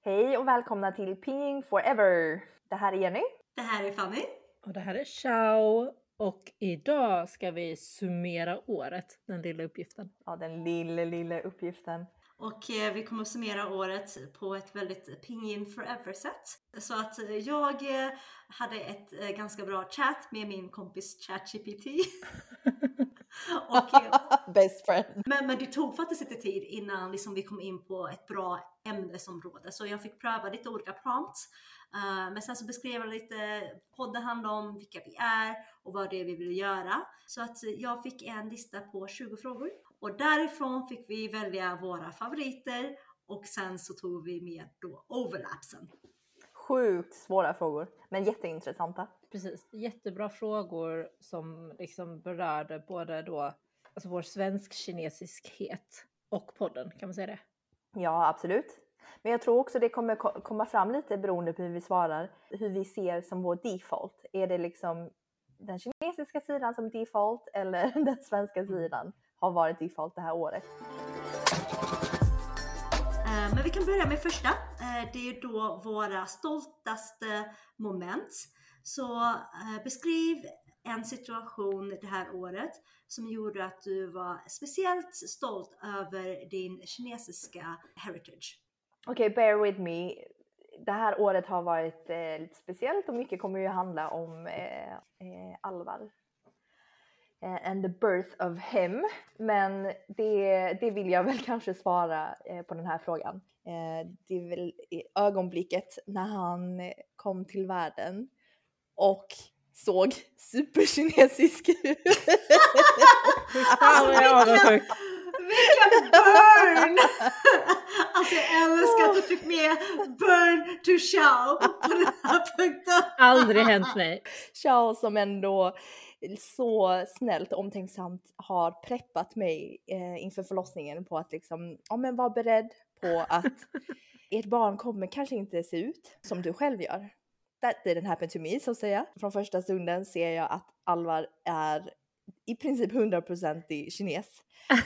Hej och välkomna till Pinging Forever. Det här är Jenny. Det här är Fanny. Och det här är Ciao. Och idag ska vi summera året, den lilla uppgiften. Ja, den lilla uppgiften. Och vi kommer att summera året på ett väldigt Pinging Forever-sätt. Så att jag hade ett ganska bra chatt med min kompis ChatGPT. Best friend. Men det tog faktiskt lite tid innan liksom vi kom in på ett bra ämnesområde. Så jag fick pröva lite olika prompts. Men sen så beskrev jag lite podden handlar om, vilka vi är och vad det är vi vill göra. Så att jag fick en lista på 20 frågor. Och därifrån fick vi välja våra favoriter. Och sen så tog vi med då overlapsen. Sjukt svåra frågor, men jätteintressanta. Precis, jättebra frågor som liksom berörde både då alltså vår svensk-kinesiskhet och podden, kan man säga det? Ja, absolut. Men jag tror också det kommer komma fram lite beroende på hur vi svarar. Hur vi ser som vår default. Är det liksom den kinesiska sidan som default eller den svenska sidan har varit default det här året? Men vi kan börja med första. Det är då våra stoltaste moment. Så beskriv en situation det här året som gjorde att du var speciellt stolt över din kinesiska heritage. Okej, bear with me. Det här året har varit lite speciellt och mycket kommer ju handla om Alvar. And the birth of him. Men det vill jag väl kanske svara på den här frågan. Det är väl i ögonblicket när han kom till världen och såg superkinesisk ut. Vilken burn! Alltså jag älskar att du fick med burn to Ciao på den här punkten. Aldrig hänt mig. Ciao som ändå så snällt och omtänksamt har preppat mig inför förlossningen på att liksom, ja men var beredd på att ert barn kommer kanske inte se ut som du själv gör. That didn't happen to me, så att säga. Från första stunden ser jag att Alvar är i princip 100% i kines.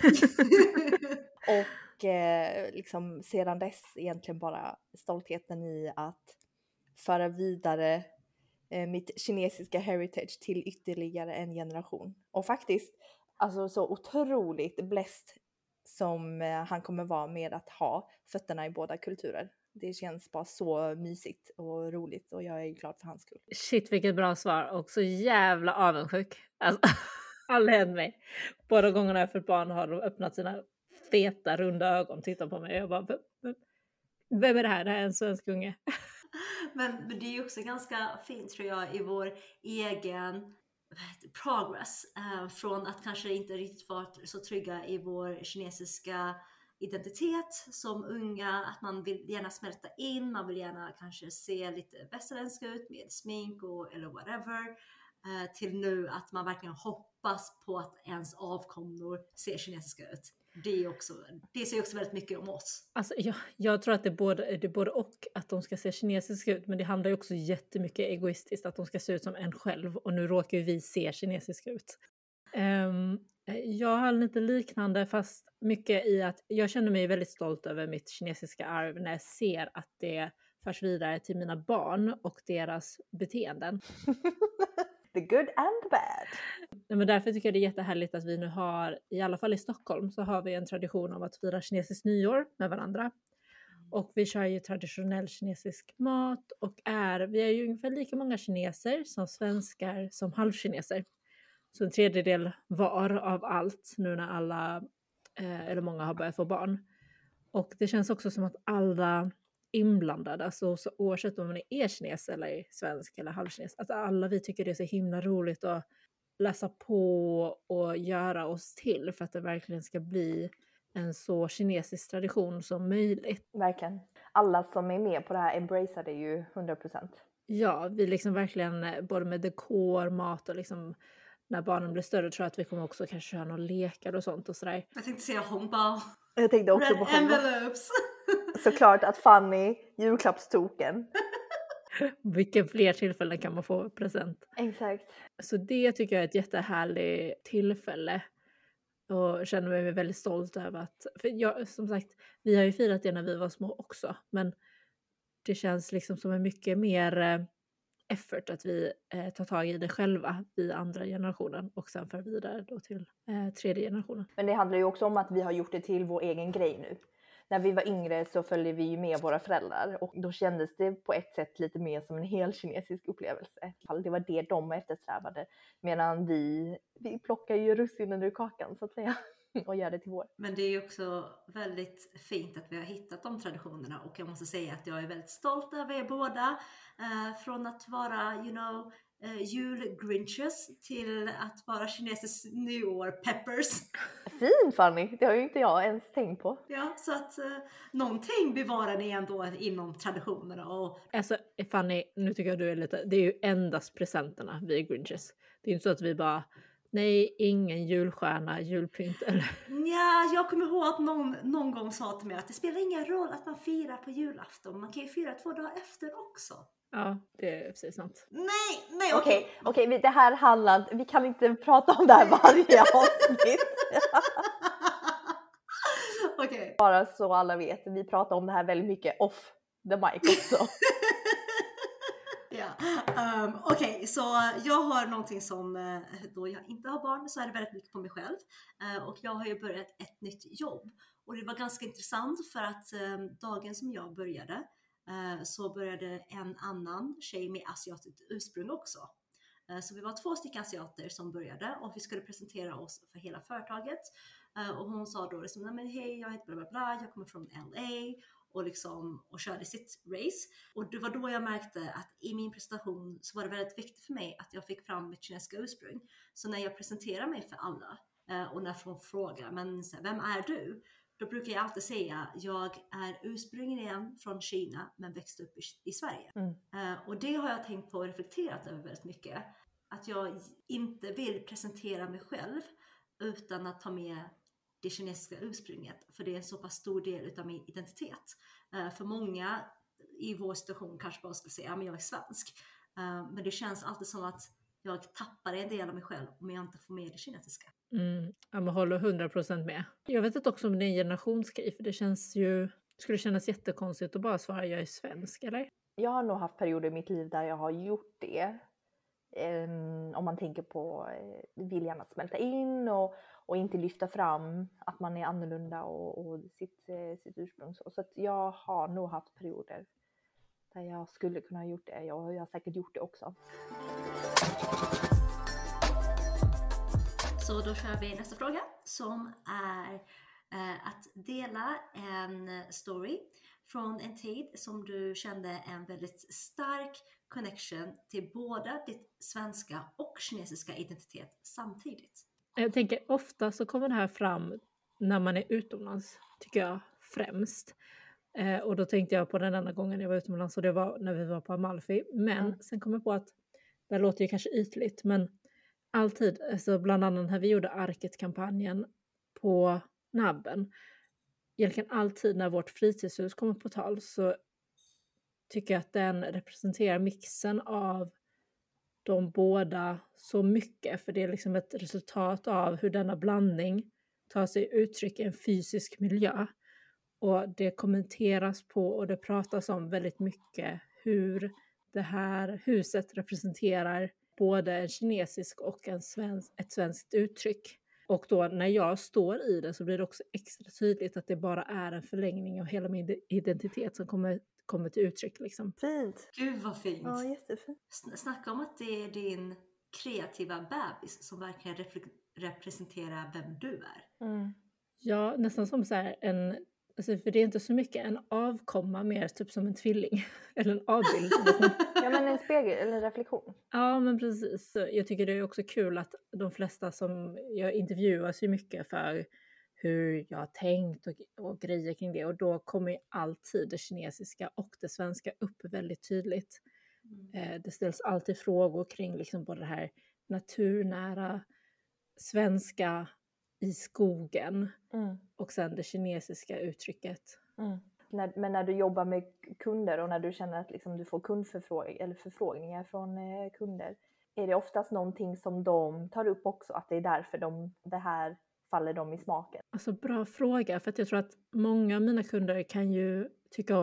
Och liksom sedan dess egentligen bara stoltheten i att föra vidare mitt kinesiska heritage till ytterligare en generation. Och faktiskt alltså så otroligt blessed som han kommer vara med att ha fötterna i båda kulturer. Det känns bara så mysigt och roligt och jag är ju glad för hans skull. Shit, vilket bra svar och så jävla avundsjuk. Alltså, aldrig hänt mig. Båda gångerna jag fått barn har de öppnat sina feta runda ögon och tittat på mig. Jag bara, vem är det här? Det här är en svensk unge. Men det är ju också ganska fint tror jag i vår egen progress. Från att kanske inte riktigt vara så trygga i vår kinesiska identitet som unga. Att man vill gärna smälta in. Man vill gärna kanske se lite västerländsk ut med smink eller whatever. Till nu att man verkligen hoppas på att ens avkommor ser kinesiska ut. Det säger också väldigt mycket om oss. Alltså, jag tror att det är både och att de ska se kinesiska ut. Men det handlar ju också jättemycket egoistiskt att de ska se ut som en själv. Och nu råkar ju vi se kinesiska ut. Jag har lite liknande fast mycket i att jag känner mig väldigt stolt över mitt kinesiska arv när jag ser att det förs vidare till mina barn och deras beteenden. The good and the bad. Men därför tycker jag det är jättehärligt att vi nu har, i alla fall i Stockholm, så har vi en tradition av att fira kinesiskt nyår med varandra. Och vi kör ju traditionell kinesisk mat och vi är ju ungefär lika många kineser som svenskar som halvkineser. Så en tredjedel var av allt nu när alla, eller många har börjat få barn. Och det känns också som att alla inblandade, alltså oavsett om man är kines eller svensk eller halvkines, att alla vi tycker det är så himla roligt att läsa på och göra oss till för att det verkligen ska bli en så kinesisk tradition som möjligt. Verkligen. Alla som är med på det här embracear det ju 100%. Ja, vi liksom verkligen både med dekor, mat och liksom när barnen blir större tror jag att vi kommer också kanske köra några lekar och sånt och sådär. Jag tänkte säga hongbao. Jag tänkte också på envelopes. Såklart att Fanny, julklappstoken. Vilka fler tillfällen kan man få present? Exakt. Så det tycker jag är ett jättehärligt tillfälle. Och känner mig väldigt stolt över att, för jag, som sagt, vi har ju firat det när vi var små också. Men det känns liksom som en mycket mer effort att vi tar tag i det själva i andra generationen och sen för vidare då till tredje generationen. Men det handlar ju också om att vi har gjort det till vår egen grej nu. När vi var yngre så följde vi ju med våra föräldrar och då kändes det på ett sätt lite mer som en hel kinesisk upplevelse. Det var det de eftersträvade, medan vi plockar ju russinen ur kakan så att säga och gör det till vår. Men det är ju också väldigt fint att vi har hittat de traditionerna, och jag måste säga att jag är väldigt stolt över er båda. Från att vara, julgrinches till att vara kinesisk nyår peppers. Fin Fanny, det har ju inte jag ens tänkt på. Ja, så att någonting bevarar ni ändå inom traditionerna. Och... Alltså Fanny, nu tycker jag du är lite, det är ju endast presenterna vi är grinches. Det är inte så att vi bara, nej, ingen julstjärna, julpynt eller... Ja, jag kommer ihåg att någon gång sa till mig att det spelar ingen roll att man firar på julafton. Man kan ju fira 2 dagar efter också. Ja, det är precis sant. Nej, Okej, det här handlar, vi kan inte prata om det här varje avsnitt. Okej. Bara så alla vet, vi pratar om det här väldigt mycket off the mic också. Ja, okej, så jag har någonting som, då jag inte har barn så är det väldigt mycket på mig själv. Och jag har ju börjat ett nytt jobb. Och det var ganska intressant för att dagen som jag började så började en annan tjej med asiatiskt ursprung också. Så vi var 2 stycken asiater som började och vi skulle presentera oss för hela företaget. Och hon sa då liksom, nej men hej, jag heter bla bla bla, jag kommer från LA. Och körde sitt race. Och det var då jag märkte att i min presentation så var det väldigt viktigt för mig att jag fick fram mitt kinesiska ursprung. Så när jag presenterar mig för alla och när de frågar, men vem är du? Då brukar jag alltid säga, jag är ursprungligen från Kina men växte upp i Sverige. Och det har jag tänkt på och reflekterat över väldigt mycket. Att jag inte vill presentera mig själv utan att ta med det kinesiska ursprunget, för det är en så pass stor del av min identitet. För många i vår situation kanske bara skulle säga, men jag är svensk. Men det känns alltid som att jag tappar en del av mig själv om jag inte får med det kinesiska. Jag håller 100% med. Jag vet inte också om det är en generationsgrej, för det skulle kännas jättekonstigt att bara svara jag är svensk, eller? Jag har nog haft perioder i mitt liv där jag har gjort det. Om man tänker på viljan att smälta in och inte lyfta fram att man är annorlunda och sitt ursprung. Så att jag har nog haft perioder där jag skulle kunna ha gjort det. Jag har säkert gjort det också. Så då kör vi nästa fråga som är att dela en story från en tid som du kände en väldigt stark connection till både ditt svenska och kinesiska identitet samtidigt. Jag tänker ofta så kommer det här fram när man är utomlands, tycker jag främst. Och då tänkte jag på den enda gången jag var utomlands, och det var när vi var på Amalfi. Men sen kom jag på att det låter ju kanske ytligt, men alltid, alltså bland annat när vi gjorde Arket-kampanjen på Nabben, egentligen alltid när vårt fritidshus kommer på tal, så tycker jag att den representerar mixen av de båda så mycket. För det är liksom ett resultat av hur denna blandning tar sig uttryck i en fysisk miljö. Och det kommenteras på och det pratas om väldigt mycket hur det här huset representerar både en kinesisk och ett svenskt uttryck. Och då när jag står i det så blir det också extra tydligt att det bara är en förlängning av hela min identitet som kommer till uttryck. Liksom. Fint. Gud vad fint. Ja, jättefint. Snacka om att det är din kreativa bebis som verkligen representerar vem du är. Ja, nästan som så här alltså för det är inte så mycket en avkomma, mer typ som en tvilling. Eller en avbild. Ja, men en spegel eller en reflektion. Ja, men precis. Jag tycker det är också kul att de flesta som jag intervjuas ju mycket för hur jag har tänkt och grejer kring det. Och då kommer ju alltid det kinesiska och det svenska upp väldigt tydligt. Det ställs alltid frågor kring liksom både det här naturnära svenska i skogen och sen det kinesiska uttrycket. Men när du jobbar med kunder och när du känner att liksom du får förfrågningar från kunder, är det oftast någonting som de tar upp också, att det är därför det här faller dem i smaken? Alltså bra fråga, för att jag tror att många av mina kunder kan ju tycka om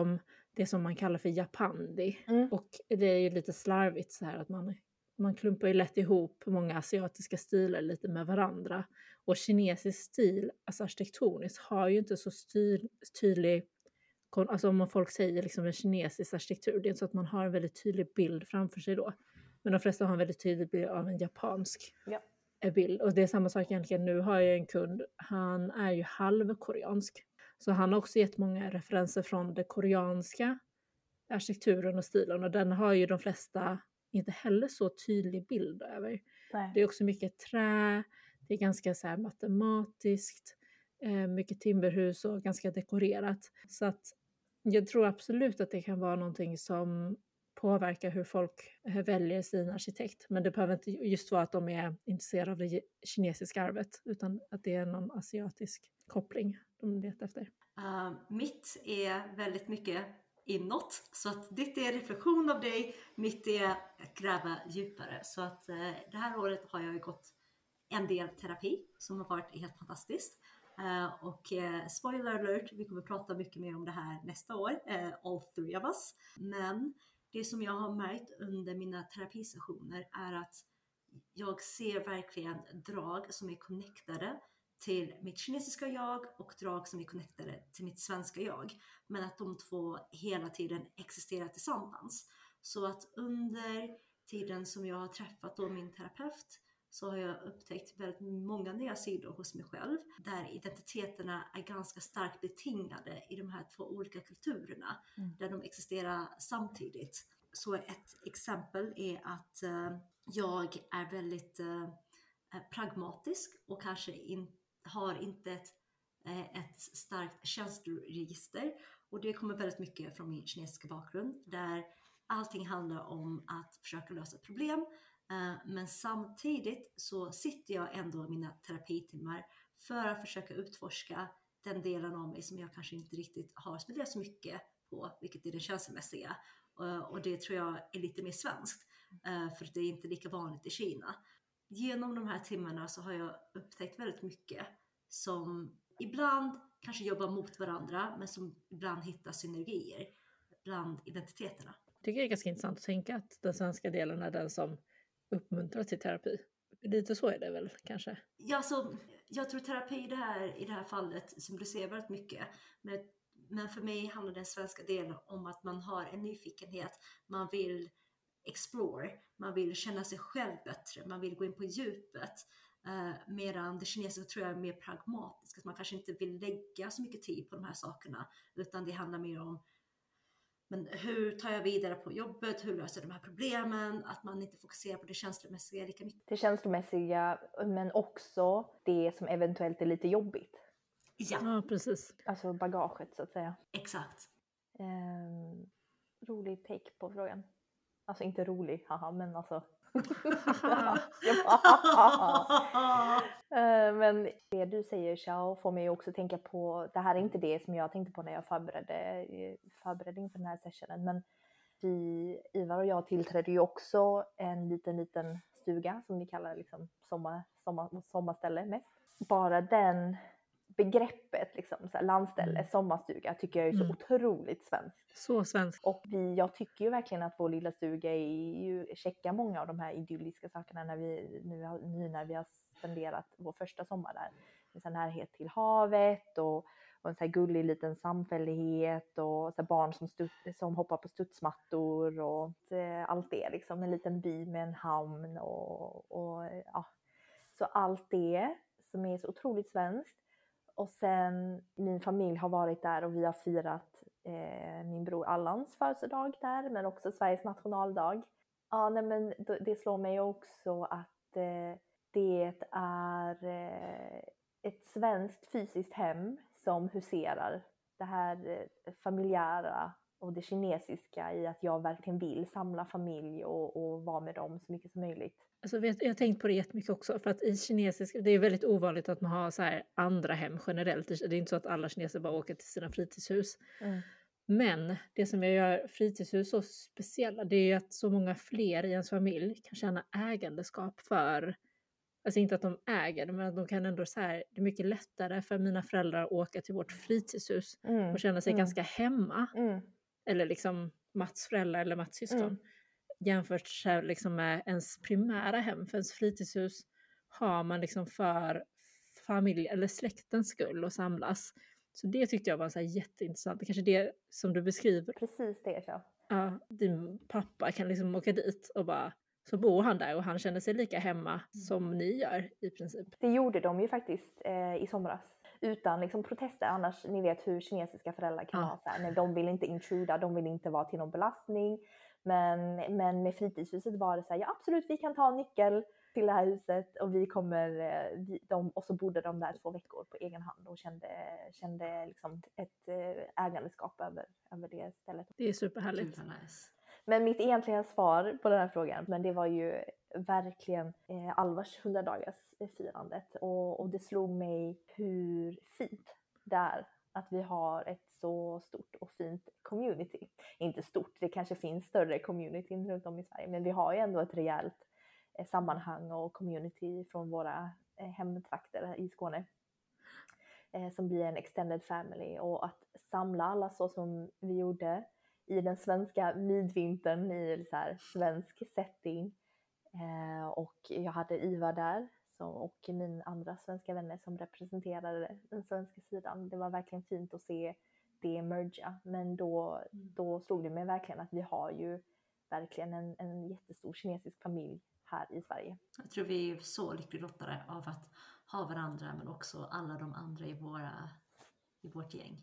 det som man kallar för japandi. Mm. Och det är ju lite slarvigt så här att man klumpar ju lätt ihop många asiatiska stilar lite med varandra. Och kinesisk stil, alltså arkitektoniskt, har ju inte så tydlig, alltså om folk säger liksom en kinesisk arkitektur, det är inte så att man har en väldigt tydlig bild framför sig då. Men de flesta har en väldigt tydlig bild av en japansk bild. Och det är samma sak egentligen, nu har jag en kund, han är ju halvkoreansk. Så han har också gett många referenser från det koreanska arkitekturen och stilen. Och den har ju de flesta inte heller så tydlig bild över. Nej. Det är också mycket trä, det är ganska så här matematiskt, mycket timberhus och ganska dekorerat. Så att jag tror absolut att det kan vara någonting som påverkar hur folk väljer sin arkitekt. Men det behöver inte just vara att de är intresserade av det kinesiska arvet, utan att det är någon asiatisk koppling de letar efter. Mitt är väldigt mycket inåt, så att ditt är reflektion av dig, mitt är att gräva djupare. Så att det här året har jag gått en del terapi som har varit helt fantastiskt. Och spoiler alert, vi kommer prata mycket mer om det här nästa år, all three of us. Men det som jag har märkt under mina terapisessioner är att jag ser verkligen drag som är connectade till mitt kinesiska jag och drag som är connectade till mitt svenska jag. Men att de två hela tiden existerar tillsammans. Så att under tiden som jag har träffat då min terapeut så har jag upptäckt väldigt många nya sidor hos mig själv. Där identiteterna är ganska starkt betingade i de här två olika kulturerna. Där de existerar samtidigt. Så ett exempel är att jag är väldigt pragmatisk och kanske har inte ett starkt känsloregister. Och det kommer väldigt mycket från min kinesiska bakgrund. Där allting handlar om att försöka lösa ett problem. Men samtidigt så sitter jag ändå i mina terapitimmar för att försöka utforska den delen av mig som jag kanske inte riktigt har spenderat så mycket på, vilket är det känslomässiga. Och det tror jag är lite mer svenskt, för det är inte lika vanligt i Kina. Genom de här timmarna så har jag upptäckt väldigt mycket som ibland kanske jobbar mot varandra, men som ibland hittar synergier bland identiteterna. Jag tycker det är ganska intressant att tänka att den svenska delen är den som uppmuntrar till terapi. Lite så är det väl kanske? Ja, så jag tror terapi i det här fallet symboliserar väldigt mycket. Men för mig handlar den svenska delen om att man har en nyfikenhet. Man vill explore, man vill känna sig själv bättre, man vill gå in på djupet. Medan det kinesiska tror jag är mer pragmatiskt. Att man kanske inte vill lägga så mycket tid på de här sakerna. Utan det handlar mer om men hur tar jag vidare på jobbet? Hur löser jag de här problemen? Att man inte fokuserar på det känslomässiga lika mycket. Det känslomässiga, men också det som eventuellt är lite jobbigt. Ja, precis. Alltså bagaget så att säga. Exakt. Rolig take på frågan. Alltså inte rolig, haha, men alltså. Men det du säger, Xiao, får mig också tänka på, det här är inte det som jag tänkte på när jag förberedde inför den här sessionen, men Ivar och jag tillträdde ju också en liten stuga som vi kallar liksom sommarställe mest. Bara den begreppet liksom, så här, landställe, sommarstuga tycker jag är så otroligt svenskt. Så svenskt. Och jag tycker ju verkligen att vår lilla stuga checkar många av de här idylliska sakerna när vi har spenderat vår första sommar där. Med sån närhet till havet och en sån här gullig liten samfällighet och så barn som hoppar på studsmattor och allt det liksom. En liten by med en hamn och ja. Så allt det som är så otroligt svenskt. Och sen min familj har varit där och vi har firat min bror Allans födelsedag där, men också Sveriges nationaldag. Ja, nej, men det slår mig också att det är ett svenskt fysiskt hem som huserar det här familjära och det kinesiska i att jag verkligen vill samla familj och vara med dem så mycket som möjligt. Alltså jag har tänkt på det jättemycket också, för att i kinesisk, det är väldigt ovanligt att man har så här andra hem generellt. Det är inte så att alla kineser bara åker till sina fritidshus. Men det som jag gör fritidshus så speciella, det är ju att så många fler i ens familj kan känna ägandeskap för, alltså inte att de äger det, men att de kan ändå så här, det är mycket lättare för mina föräldrar att åka till vårt fritidshus och känna sig ganska hemma. eller liksom Mats föräldrar eller Mats syskon, jämfört så liksom med ens primära hem, för ens fritidshus har man liksom för familj eller släktens skull och samlas. Så det tyckte jag var så här jätteintressant. Det kanske det som du beskriver. Precis det, så. Ja, din pappa kan liksom åka dit och bara, så bor han där och han känner sig lika hemma som ni gör i princip. Det gjorde de ju faktiskt i somras. Utan liksom protester, annars ni vet hur kinesiska föräldrar kan vara så här. Nej, de vill inte intruda, de vill inte vara till någon belastning. Men med fritidshuset var det så här, ja absolut vi kan ta en nyckel till det här huset och vi kommer, och så bodde de där 2 veckor på egen hand och kände liksom ett ägandeskap över det stället. Det är superhärligt. Nice. Men mitt egentliga svar på den här frågan, men det var ju verkligen Alvars 100-dagars firandet. Och det slog mig hur fint det är att vi har ett så stort och fint community. Inte stort, det kanske finns större communityn runt om i Sverige, men vi har ju ändå ett rejält sammanhang och community från våra hemtrakter i Skåne. Som blir en extended family, och att samla alla så som vi gjorde i den svenska midvintern i så här svensk setting. Och jag hade Ivar där och min andra svenska vänner som representerade den svenska sidan. Det var verkligen fint att se det merga. Men då slog det mig verkligen att vi har ju verkligen en jättestor kinesisk familj här i Sverige. Jag tror vi är så lyckligt lottade av att ha varandra, men också alla de andra i vårt gäng.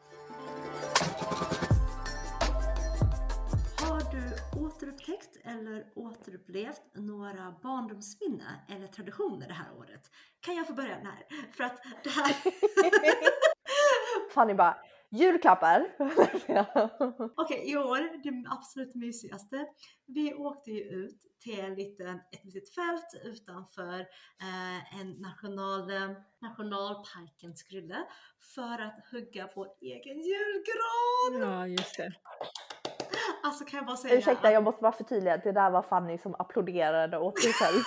Har du återupptäckt eller återupplevt några barndomsminnen eller traditioner det här året? Kan jag få börja här? För att det här... Fanny bara, julklappar! Okej, i år, det absolut mysigaste. Vi åkte ju ut till ett litet fält utanför en nationalparken Skrylle för att hugga vår egen julgran. Ja, just det. Alltså kan jag bara säga... Ursäkta, jag måste bara förtydliga att det där var Fanny som applåderade åt sig själv.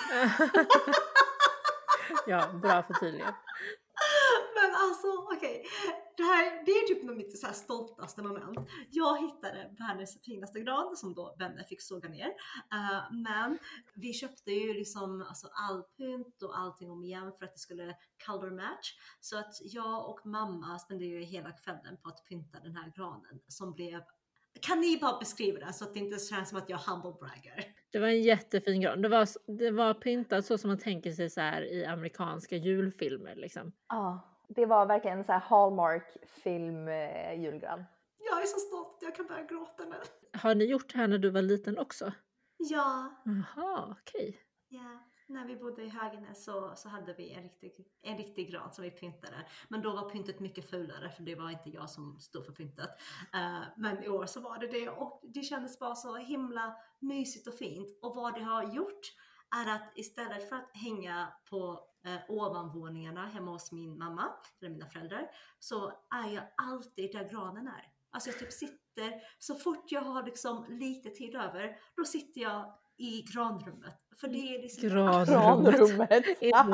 Ja, bra förtydligat. Men alltså, okej. Det är typ nog mitt så här stoltaste moment. Jag hittade världens finaste gran som då vänner fick såga ner. Men vi köpte ju liksom alltså all pynt och allting om igen för att det skulle color match. Så att jag och mamma spenderade ju hela kvällen på att pynta den här granen som blev... Kan ni bara beskriva det så att det inte känns som att jag humble bragger? Det var en jättefin gran. Det var pyntat så som man tänker sig så här i amerikanska julfilmer liksom. Ja, det var verkligen en så här Hallmark-film julgran. Jag är så stolt, jag kan börja gråta nu. Har ni gjort det här när du var liten också? Ja. Jaha, okej. Ja, när vi bodde i Höganäs så hade vi en riktig gran som vi pyntade. Men då var pyntet mycket fulare för det var inte jag som stod för pyntet. Men i år så var det och det kändes bara så himla mysigt och fint. Och vad det har gjort är att istället för att hänga på ovanvåningarna hemma hos min mamma eller mina föräldrar så är jag alltid där granen är. Alltså jag typ sitter, så fort jag har liksom lite tid över, då sitter jag i granrummet. För det är liksom... Granrummet.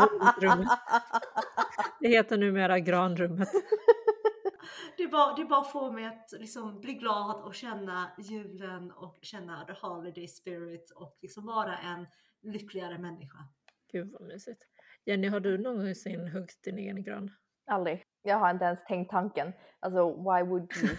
Det heter numera granrummet. Det är bara att få mig att liksom bli glad och känna julen och känna the holiday spirit och liksom vara en lyckligare människa. Gud vad mysigt. Jenny, har du någonsin huggit din egen gran? Aldrig. Jag har inte ens tänkt tanken. Alltså, why would you?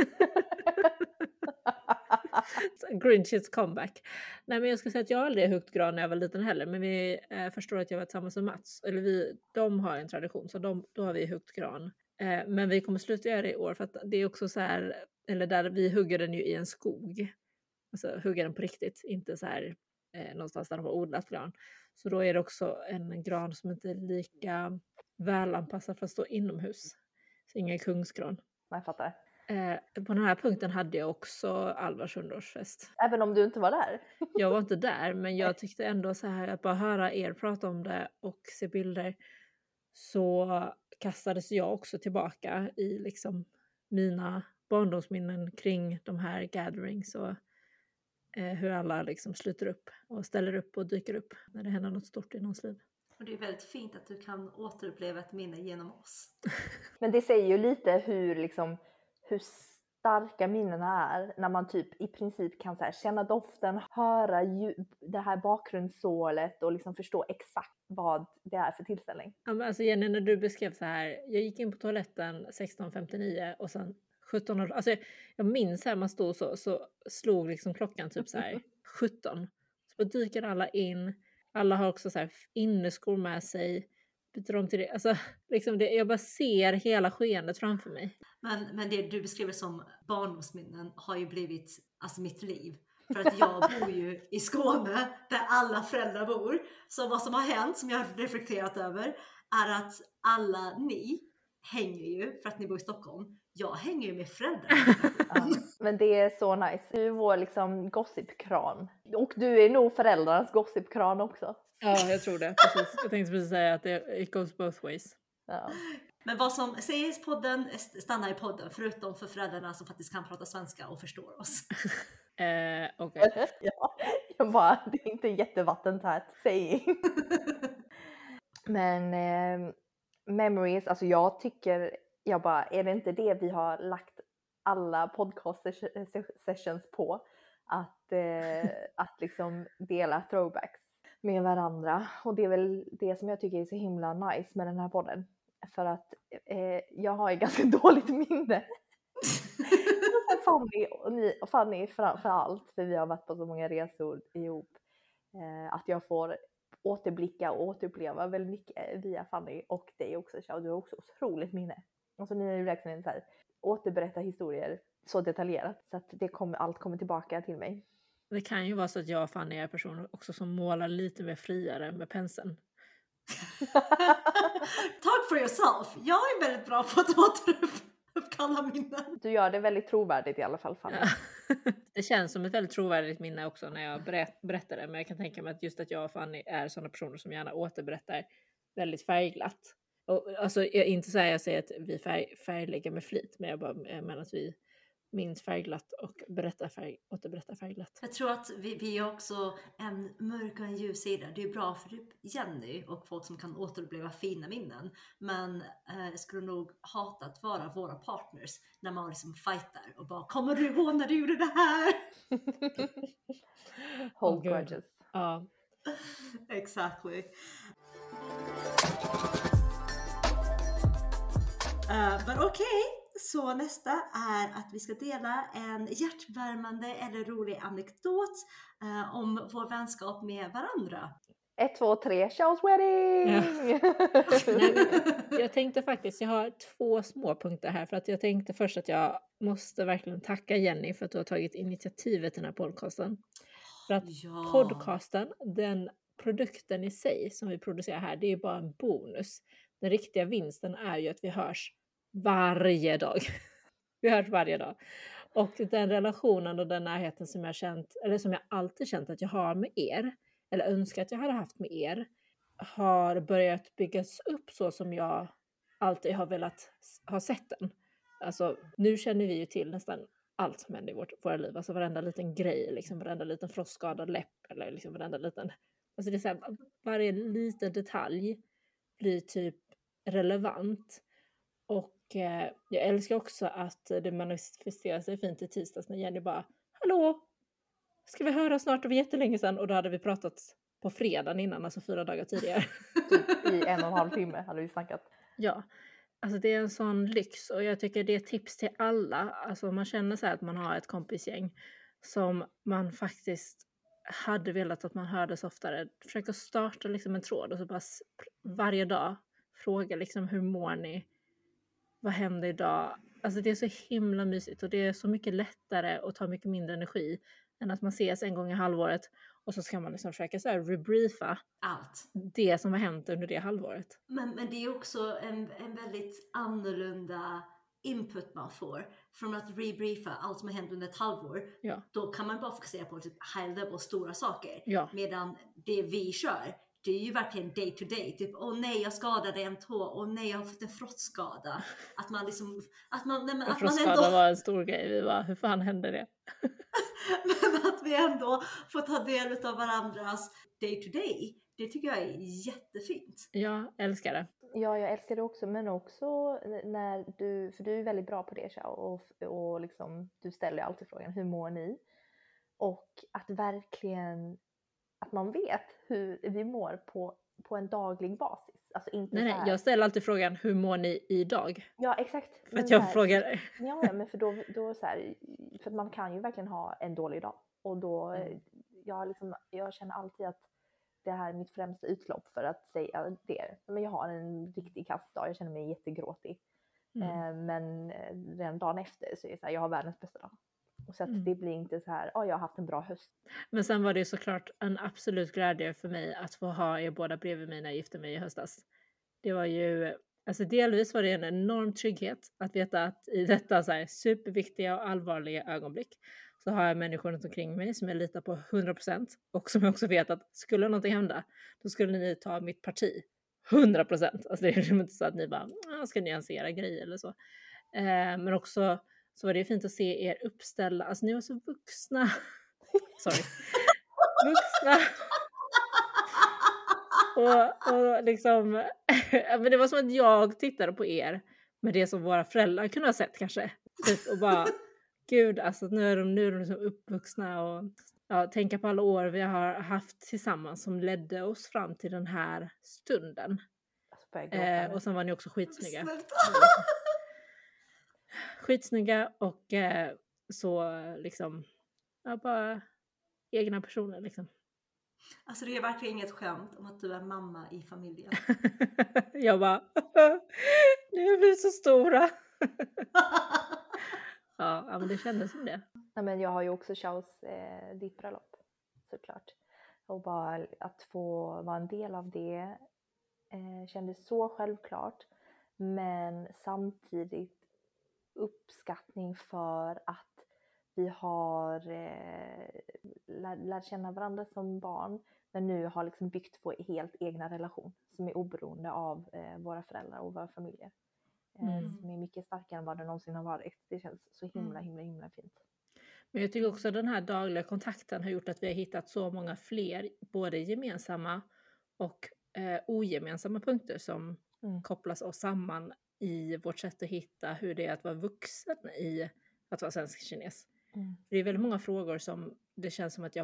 Grinch's comeback. Nej, men jag ska säga att jag aldrig huggt gran när jag var liten heller. Men vi förstår att jag var tillsammans med Mats. Eller de har en tradition. Så då har vi huggt gran. Men vi kommer sluta göra det i år. För att det är också så här. Eller där vi hugger den ju i en skog. Alltså hugger den på riktigt. Inte så här någonstans där de har odlat gran. Så då är det också en gran som inte är lika välanpassad för att stå inomhus. Så ingen kungsgran. Jag fattar. På den här punkten hade jag också Alvars 100-årsfest. Även om du inte var där? Jag var inte där, men jag tyckte ändå så här att bara höra er prata om det och se bilder, så kastades jag också tillbaka i liksom mina barndomsminnen kring de här gatherings och hur alla liksom sluter upp och ställer upp och dyker upp när det händer något stort i någons liv. Och det är väldigt fint att du kan återuppleva ett minne genom oss. Men det säger ju lite hur starka minnena är när man typ i princip kan så här, känna doften, höra det här bakgrundssålet och liksom förstå exakt vad det är för tillställning. Ja, men alltså Jenny, när du beskrev så här, jag gick in på toaletten 16:59 och sen 17, alltså jag minns här man stod så slog liksom klockan typ så här 17. Så dyker alla in, alla har också så här inneskor med sig, byter om till det, alltså liksom det, jag bara ser hela skeendet framför mig. Men det du beskriver som barndomsminnen har ju blivit alltså mitt liv. För att jag bor ju i Skåne där alla föräldrar bor. Så vad som har hänt, som jag har reflekterat över, är att alla ni hänger ju, för att ni bor i Stockholm, jag hänger ju med föräldrar. Ja, men det är så nice. Du är vår liksom gossipkran. Och du är nog föräldrarnas gossipkran också. Ja, jag tror det. Precis. Jag tänkte precis säga att it goes both ways. Ja. Men vad som sägs i podden stannar i podden, förutom för föräldrarna som faktiskt kan prata svenska och förstår oss. Okej. Ja, jag bara, det är inte jättevattentät saying. Men memories, alltså jag tycker, jag bara, är det inte det vi har lagt alla podcast sessions på? Att liksom dela throwbacks med varandra. Och det är väl det som jag tycker är så himla nice med den här podden. För att jag har ju ganska dåligt minne. Fanny framför allt, för vi har varit på så många resor ihop. Att jag får återblicka och återuppleva väldigt mycket via Fanny och dig också. Så du har också otroligt minne. Alltså ni är ju verkligen så här, återberätta historier så detaljerat så att allt kommer tillbaka till mig. Det kan ju vara så att jag och Fanny är personer också som målar lite mer friare med penseln. Talk for yourself. Jag är väldigt bra på att återuppkalla minnen. Du gör det väldigt trovärdigt i alla fall, Fanny. Ja. Det känns som ett väldigt trovärdigt minne också när jag berättar det. Men jag kan tänka mig att just att jag och Fanny är sådana personer som gärna återberättar väldigt färgglatt. Och, alltså, inte så här jag säger att vi färglägger med flit. Men jag menar att vi minns färgglatt och återberättar färgglatt. Jag tror att vi är också en mörk och en ljus sida. Det är bra för typ Jenny och folk som kan återuppleva fina minnen. Men jag skulle nog hata att vara våra partners när man liksom fightar och bara, kommer du ihåg när du gjorde det här? Hold grudges. Ja. Exactly. Men okej. Så nästa är att vi ska dela en hjärtvärmande eller rolig anekdot om vår vänskap med varandra. 1, 2, 3, show's wedding! Ja. Nej, jag tänkte faktiskt, jag har 2 små punkter här. För att jag tänkte först att jag måste verkligen tacka Jenny för att du har tagit initiativet till den här podcasten. För att podcasten, den produkten i sig som vi producerar här, det är bara en bonus. Den riktiga vinsten är ju att vi hörs varje dag. Vi hörs varje dag. Och den relationen och den närheten som jag känt, eller som jag alltid känt att jag har med er, eller önskar att jag hade haft med er, har börjat byggas upp så som jag alltid har velat ha sett den. Alltså, nu känner vi ju till nästan allt som händer i våra liv. Alltså varenda liten grej, liksom varenda liten frostskadad läpp, eller liksom varenda liten... Alltså det är så här, varje liten detalj blir typ relevant. Och jag älskar också att det manifesterar sig fint i tisdags när Jenny bara, hallå, ska vi höra snart? Det var jättelänge sedan. Och då hade vi pratat på fredagen innan, alltså 4 dagar tidigare. Typ i 1,5 timme hade vi snackat. Ja, alltså det är en sån lyx. Och jag tycker det är ett tips till alla. Alltså man känner så här att man har ett kompisgäng som man faktiskt hade velat att man hördes oftare. Försök att starta liksom en tråd och så bara varje dag fråga liksom, hur mår ni? Vad händer idag? Alltså det är så himla mysigt och det är så mycket lättare och tar mycket mindre energi än att man ses en gång i halvåret och så ska man liksom försöka så här rebriefa allt det som har hänt under det halvåret. Men det är också en väldigt annorlunda input man får från att rebriefa allt som har hänt under ett halvår. Ja. Då kan man bara fokusera på typ high level, stora saker. Ja. Medan det vi kör, det är ju verkligen day to day. Typ, åh nej, jag skadade en tå. Åh nej, jag har fått en frostskada. Att man liksom... En frostskada var en stor grej. Vi bara, hur fan hände det? Men att vi ändå får ta del av varandras day to day. Det tycker jag är jättefint. Ja, älskar det. Ja, jag älskar det också, men också när du, för du är väldigt bra på det, Xiao, och liksom, du ställer alltid frågan, hur mår ni? Och att verkligen, att man vet hur vi mår på en daglig basis. Alltså inte så Nej, här. jag ställer alltid frågan, hur mår ni idag? Ja, exakt. För att jag frågar. Ja, men för då så här, för att man kan ju verkligen ha en dålig dag. Och då, jag känner alltid att det här är mitt främsta utlopp för att säga det. Men jag har en riktig kastdag, jag känner mig jättegråtig. Men redan dagen efter så är det så här, jag har världens bästa dag. Och så att det blir inte så här, jag har haft en bra höst. Men sen var det såklart en absolut glädje för mig att få ha er båda bredvid mig när jag gifte mig i höstas. Det var ju, alltså delvis var det en enorm trygghet att veta att i detta så här superviktiga och allvarliga ögonblick så har jag människor runt omkring mig som jag litar på 100% och som jag också vet att skulle någonting hända, då skulle ni ta mitt parti 100%. Alltså det är liksom inte så att ni bara ska nyansera grejer eller så. Men också så var det fint att se er uppställa, alltså ni var så vuxna. Sorry. Vuxna. Och liksom, men det var som att jag tittade på er med det som våra föräldrar kunde ha sett kanske. Typ, och bara, gud, alltså nu är de liksom uppvuxna och tänka på alla år vi har haft tillsammans som ledde oss fram till den här stunden. Och sen var ni också skitsnygga. Skitsnygga och så liksom, bara egna personer liksom. Alltså det är verkligen inget skämt om att du är mamma i familjen. Jag bara, nu har vi så stora. Ja, men det kändes som det. Ja, men jag har ju också Xiaos ditt bröllop, såklart. Och bara att få vara en del av det kändes så självklart. Men samtidigt uppskattning för att vi har lärt känna varandra som barn, men nu har liksom byggt vår helt egna relation som är oberoende av våra föräldrar och våra familjer. Som är mycket starkare än vad det någonsin har varit. Det känns så himla fint. Men jag tycker också att den här dagliga kontakten har gjort att vi har hittat så många fler, både gemensamma och ogemensamma punkter som kopplas oss samman i vårt sätt att hitta hur det är att vara vuxen i att vara svensk-kines. Det är väldigt många frågor som det känns som att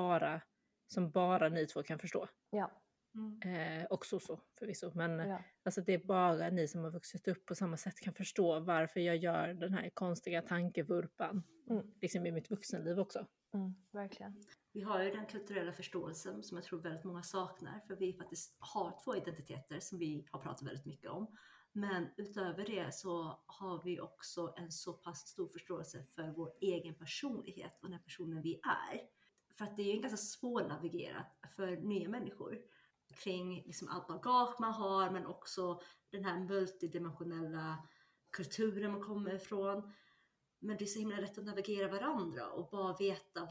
som bara ni två kan förstå. Ja. Också så förvisso. Men alltså det är bara ni som har vuxit upp på samma sätt kan förstå varför jag gör den här konstiga tankevurpan. Liksom i mitt vuxenliv också. Verkligen. Vi har ju den kulturella förståelsen som jag tror väldigt många saknar. För vi faktiskt har 2 identiteter som vi har pratat väldigt mycket om. Men utöver det så har vi också en så pass stor förståelse för vår egen personlighet och den personen vi är. För att det är ju ganska svårnavigerat för nya människor kring liksom allt bagage man har, men också den här multidimensionella kulturen man kommer ifrån. Men det är så himla lätt att navigera varandra och bara veta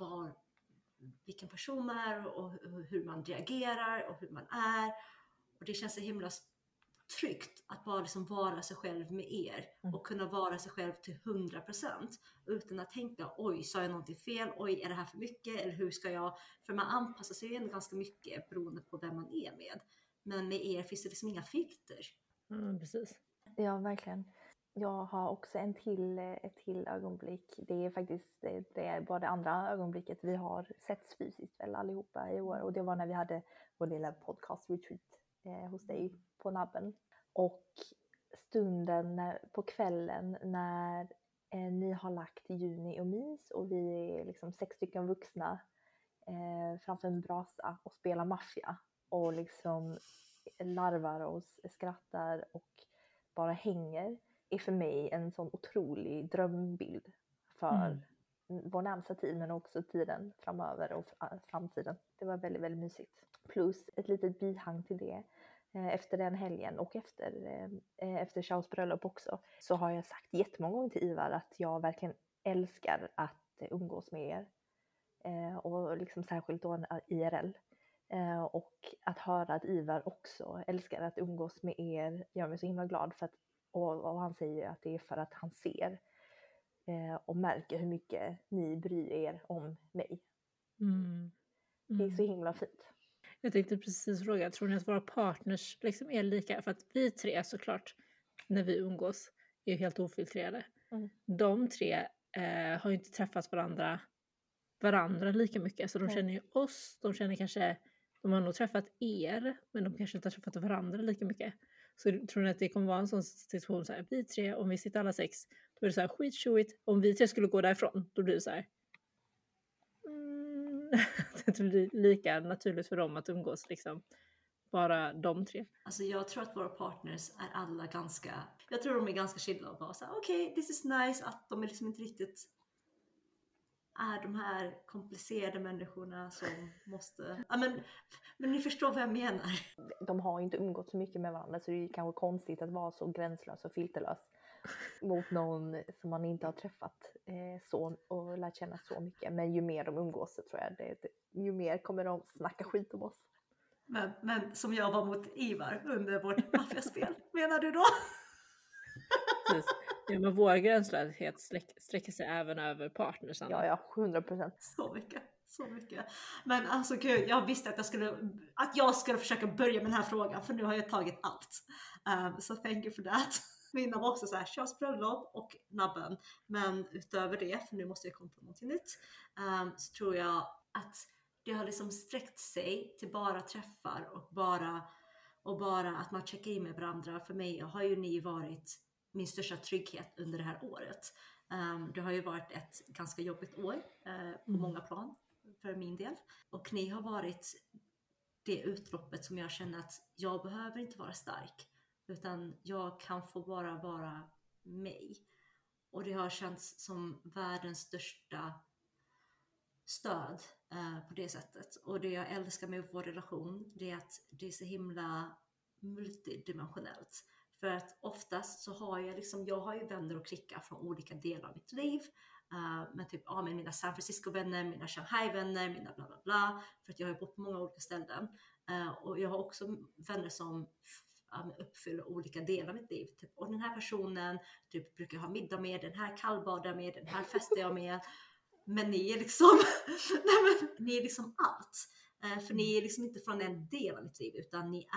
vilken person man är och hur man reagerar och hur man är. Och det känns så himla tryggt att bara liksom vara sig själv med er och kunna vara sig själv till 100% utan att tänka, oj, sa jag någonting fel? Oj, är det här för mycket? Eller hur ska jag? För man anpassar sig ju ganska mycket beroende på vem man är med. Men med er finns det liksom inga filter. Precis. Ja, verkligen. Jag har också ett till ögonblick. Det är faktiskt bara det andra ögonblicket vi har setts fysiskt väl allihopa i år. Och det var när vi hade vår lilla podcast retreat hos dig på Nabben. Och stunden på kvällen när ni har lagt Juni och Mys och vi är liksom 6 stycken vuxna framför en brasa och spelar maffia och liksom larvar oss, skrattar och bara hänger, är för mig en sån otrolig drömbild för vår närmsta tid, men också tiden framöver och framtiden. Det var väldigt, väldigt mysigt. Plus ett litet bihang till det. Efter den helgen och efter Xiaos bröllop också, så har jag sagt jättemånga gånger till Ivar att jag verkligen älskar att umgås med er. Och liksom särskilt då IRL. Och att höra att Ivar också älskar att umgås med er gör mig så himla glad. För att, och han säger att det är för att han ser och märker hur mycket ni bryr er om mig. Det är så himla fint. Jag tänkte precis fråga, tror ni att våra partners liksom är lika? För att vi tre såklart, när vi umgås, är ju helt ofiltrerade. De tre har ju inte träffat varandra lika mycket. Så de känner ju oss, de känner kanske, de har nog träffat er, men de kanske inte har träffat varandra lika mycket. Så tror ni att det kommer vara en sån situation så här, vi tre, om vi sitter alla 6, då är det så här skittjoigt. Om vi tre skulle gå därifrån, då blir det så här. Det blir lika naturligt för dem att umgås liksom. Bara de tre. Alltså jag tror att våra partners är alla ganska, jag tror de är ganska chilla och bara såhär, okej, this is nice, att de är liksom inte riktigt är de här komplicerade människorna som måste, ja men ni förstår vad jag menar. De har inte umgått så mycket med varandra, så det är kanske konstigt att vara så gränslös och filterlös mot någon som man inte har träffat så och lärt känna så mycket. Men ju mer de umgås så tror jag ju mer kommer de snacka skit om oss. Men som jag var mot Ivar under vårt maffiaspel, menar du då? Precis. Ja, men vår gränslöshet sträcker sig även över partnersen. Ja, 100%. Så mycket. Men alltså gud, jag visste att jag skulle försöka börja med den här frågan, för nu har jag tagit allt. Så thank you for that. Mina var också så här, Charles bröllop och nabben. Men utöver det, för nu måste jag komma på någonting nytt, så tror jag att det har liksom sträckt sig till bara träffar och bara att man checkar in med varandra. För mig har ju ni varit min största trygghet under det här året. Det har ju varit ett ganska jobbigt år på många plan för min del. Och ni har varit det utloppet som jag känner att jag behöver inte vara stark. Utan jag kan få bara vara mig. Och det har känts som världens största stöd på det sättet. Och det jag älskar med vår relation, det är att det är så himla multidimensionellt. För att oftast så har jag har ju vänner och klickar från olika delar av mitt liv. Men typ med mina San Francisco-vänner, mina Shanghai-vänner, mina bla bla bla. För att jag har bott på många olika ställen. Och jag har också vänner som uppfyller olika delar av mitt liv. Typ, och den här personen typ, brukar ha middag med, den här kallbadar med, den här festar jag med. Men ni är liksom ni är liksom allt. För ni är liksom inte från en del av mitt liv, utan ni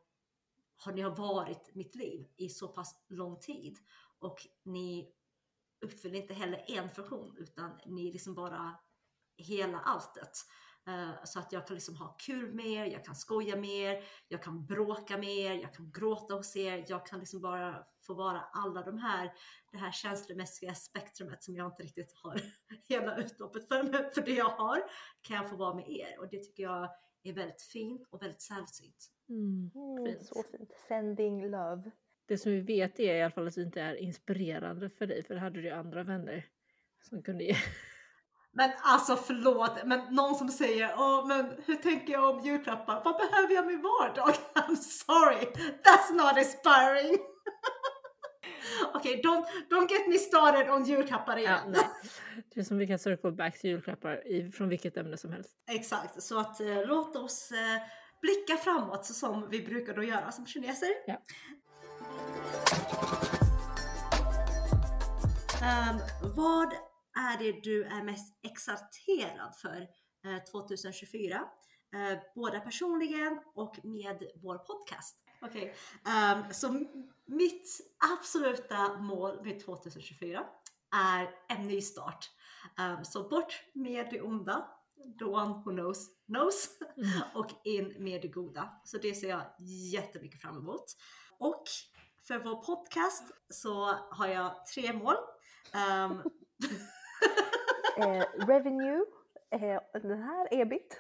har varit mitt liv i så pass lång tid. Och ni uppfyller inte heller en funktion, utan ni är liksom bara hela alltet. Så att jag kan liksom ha kul med er, jag kan skoja med er, jag kan bråka med er, jag kan gråta hos er, jag kan liksom bara få vara alla det här känslomässiga spektrumet som jag inte riktigt har hela utloppet för det jag har, kan jag få vara med er. Och det tycker jag är väldigt fint och väldigt sällsynt. Fint. Så fint. Sending love. Det som vi vet är i alla fall att vi inte är inspirerande för dig, för det hade du ju andra vänner som kunde ge. Men alltså förlåt, men någon som säger, men hur tänker jag om julklappar? Vad behöver jag med vardag? I'm sorry, that's not inspiring. Okej, don't get me started on julklappar igen. Ja, nej. Det är som vi kan circle back till julklappar från vilket ämne som helst. Exakt, så att låt oss blicka framåt så som vi brukar då göra som kineser. Ja. Vad är det du är mest exalterad för 2024? Både personligen och med vår podcast. Okej. Så mitt absoluta mål med 2024 är en ny start. Så bort med det onda. The one who knows. Och in med det goda. Så det ser jag jättemycket fram emot. Och för vår podcast så har jag 3 mål. Revenue, den här EBIT.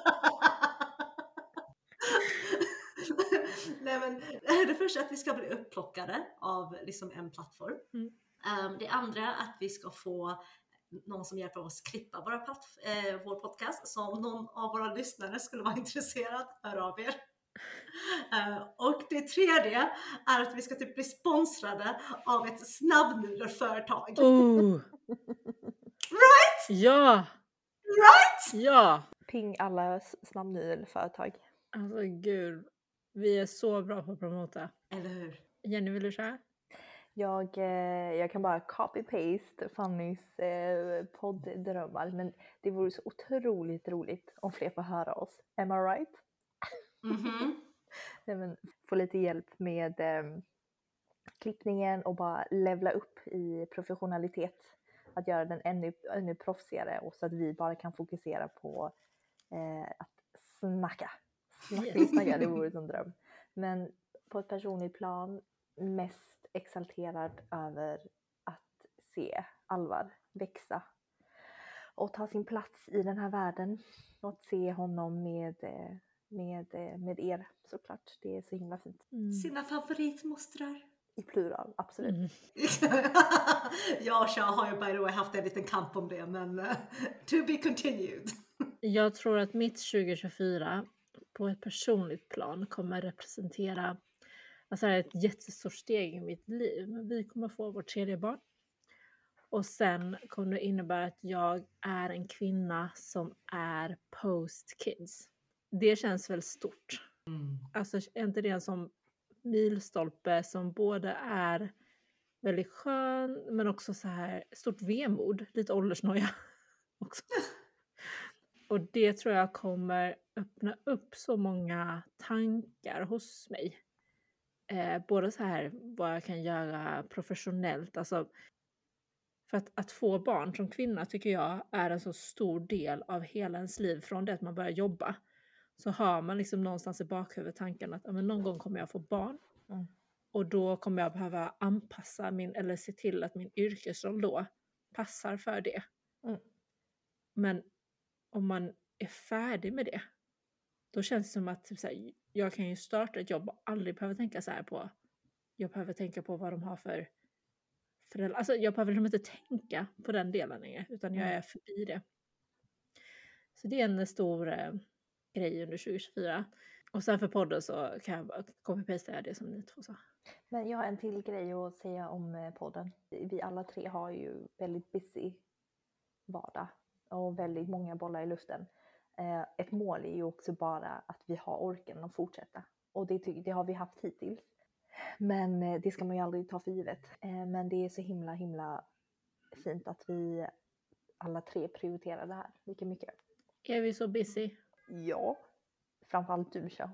Nej, men det första är att vi ska bli upplockade av liksom en plattform. Det andra är att vi ska få någon som hjälper oss klippa vår podcast. Så om någon av våra lyssnare skulle vara intresserad, hör av er. Och det tredje är att vi ska typ bli sponsrade av ett snabbnudelföretag. Right? Ja! Right? Ja! Ping alla snabbnudelföretag. Alltså gud, vi är så bra på att promota. Eller hur? Jenny, vill du köra? Jag kan bara copy-paste Fannys podddrömmar, men det vore så otroligt roligt om fler får höra oss. Am I right? Mhm. Nej, men få lite hjälp med klippningen och bara levla upp i professionalitet. Att göra den ännu proffsigare och så att vi bara kan fokusera på att snacka. Snacka, det vore en dröm. Men på ett personligt plan mest exalterad över att se Alvar växa och ta sin plats i den här världen och att se honom med er såklart. Det är så himla fint. Sina favoritmostrar. I plural, absolut. Jag och Shah har ju by the way haft en liten kamp om det, men to be continued. Jag tror att mitt 2024 på ett personligt plan kommer representera alltså det är ett jättestort steg i mitt liv. Men vi kommer få vårt tredje barn. Och sen kommer det innebära att jag är en kvinna som är post kids. Det känns väl stort. Alltså är inte det en som milstolpe som både är väldigt skön men också så här stort vemod, lite åldersnoja också. Och det tror jag kommer öppna upp så många tankar hos mig. Både så här vad jag kan göra professionellt, alltså för att få barn som kvinna tycker jag är en så stor del av hela ens liv. Från det att man börjar jobba så har man liksom någonstans i bakhuvudet tanken att men någon gång kommer jag få barn. Och då kommer jag behöva anpassa eller se till att min yrkesroll då passar för det. Men om man är färdig med det, då känns det som att typ, så här, jag kan ju starta ett jobb och aldrig behöva tänka så här på. Jag behöver tänka på vad de har för föräldrar. Alltså jag behöver liksom inte tänka på den delen längre, utan jag är förbi det. Så det är en stor grej under 2024. Och sen för podden så kan jag bara copy-pasta det som ni två sa. Men jag har en till grej att säga om podden. Vi alla tre har ju väldigt busy vardag och väldigt många bollar i luften. Ett mål är ju också bara att vi har orken att fortsätta. Och det har vi haft hittills. Men det ska man ju aldrig ta för givet. Men det är så himla fint att vi alla tre prioriterar det här lika mycket. Är vi så busy? Ja, framförallt du, Shah.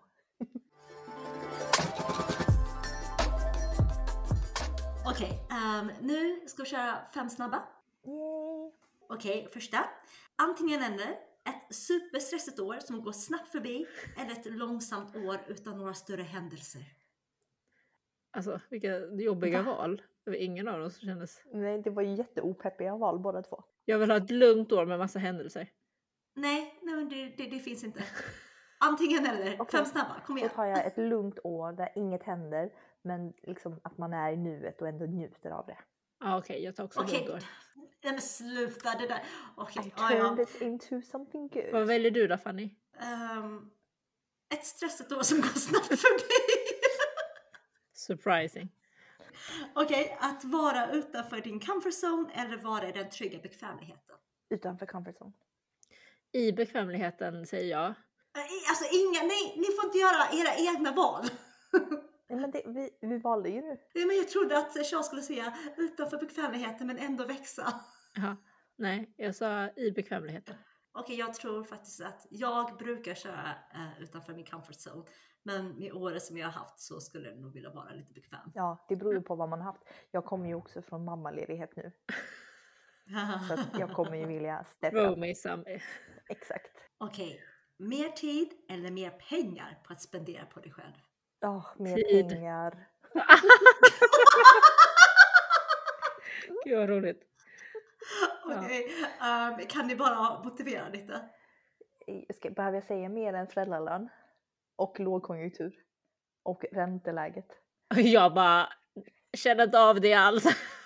Okej, nu ska vi köra 5 snabba. Yay! Okej, första. Antingen eller ett superstressigt år som går snabbt förbi eller ett långsamt år utan några större händelser. Alltså vilka jobbiga val. Det var ingen av dem som kändes. Nej, det var ju jätteopeppiga val båda två. Jag vill ha ett lugnt år med massa händelser. Nej men det finns inte. Antingen eller. Okej. 5 snabba, kom igen. Då tar jag ett lugnt år där inget händer. Men liksom att man är i nuet och ändå njuter av det. Ja okej, jag tar också ett lugnt år. Nej men sluta det där. Okej, I turned it into something good. Vad väljer du då Fanny? Ett stressigt år som går snabbt förbi. Surprising. Okej, att vara utanför din comfort zone eller vara i den trygga bekvämligheten? Utanför comfort zone. I bekvämligheten säger jag. Alltså ni får inte göra era egna val. Nej, men vi valde ju nu. Nej, men jag trodde att jag skulle säga utanför bekvämligheten men ändå växa. Jaha. Nej, jag sa i bekvämligheten. Okej, jag tror faktiskt att jag brukar köra utanför min comfort zone. Men med året som jag har haft så skulle jag nog vilja vara lite bekväm. Ja, det beror ju på vad man har haft. Jag kommer ju också från mammaledighet nu. Så att jag kommer ju vilja steppa Throw upp. me some. Exakt. Okej, mer tid eller mer pengar på att spendera på dig själv? Mer Tid. pengar. Gud vad roligt. Okej, kan ni bara motivera lite? Behöver jag säga mer än föräldralön? Och lågkonjunktur? Och ränteläget? Jag bara känner inte av det alls.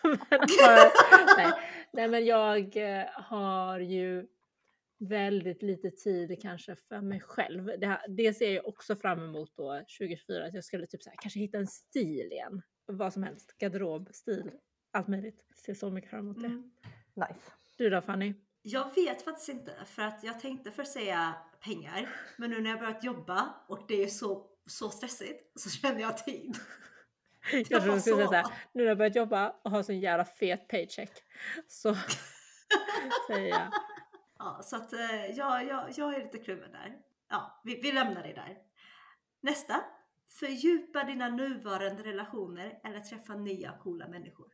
Nej, men jag har ju väldigt lite tid kanske för mig själv. Det ser jag också fram emot då 2024. Att jag skulle typ så här, kanske hitta en stil igen. Vad som helst. Garderob, stil, allt möjligt. Ser så mycket fram emot det. Nice. Du då Fanny? Jag vet faktiskt inte, för att jag tänkte först säga pengar, men nu när jag börjat jobba och det är så stressigt så känner jag tid. Jag tror jag skulle säga såhär, nu när jag börjat jobba och har sån jävla fet paycheck så säger jag. Ja, så att jag är lite kluven där. Ja, vi lämnar det där. Nästa. Fördjupa dina nuvarande relationer eller träffa nya coola människor.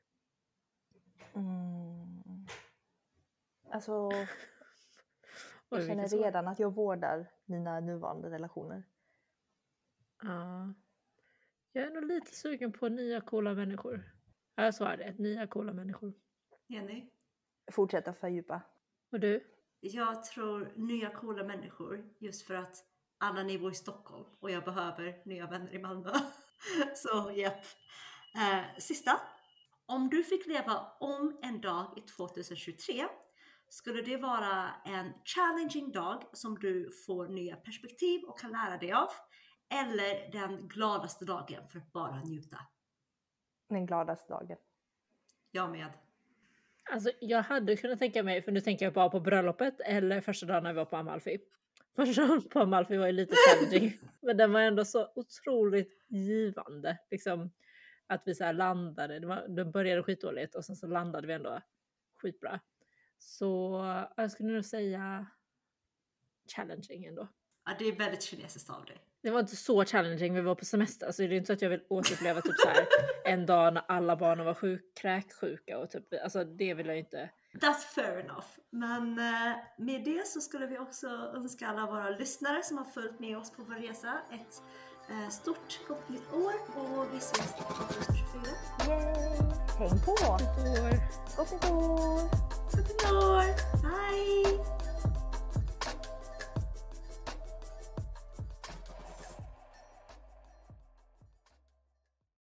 Alltså, jag känner redan att jag vårdar mina nuvarande relationer. Ja. Jag är nog lite sugen på nya coola människor. Ja, jag svarar det. Nya coola människor. Jenny? Fortsätta fördjupa. Och du? Jag tror nya coola människor just för att alla ni bor i Stockholm och jag behöver nya vänner i Malmö. Så japp. Sista. Om du fick leva om en dag i 2023 skulle det vara en challenging dag som du får nya perspektiv och kan lära dig av. Eller den gladaste dagen för att bara njuta. Den gladaste dagen. Jag med. Alltså jag hade kunnat tänka mig, för nu tänker jag bara på bröllopet eller första dagen när vi var på Amalfi. Första dagen på Amalfi var ju lite challenging. Men den var ändå så otroligt givande. Liksom att vi så här landade, det började skitdåligt och sen så landade vi ändå skitbra. Så jag skulle nog säga challenging ändå. Ja, det är väldigt kinesiskt av dig. Det var inte så challenging, vi var på semester. Så det är inte så att jag vill återuppleva typ så här en dag när alla barnen var kräksjuka och typ, alltså det vill jag inte. That's fair enough. Men med det så skulle vi också önska alla våra lyssnare som har följt med oss på vår resa ett stort gott nytt år och vi ses 2024. Yay! Häng på! Gott år! Gott nytt år! Gott nytt år!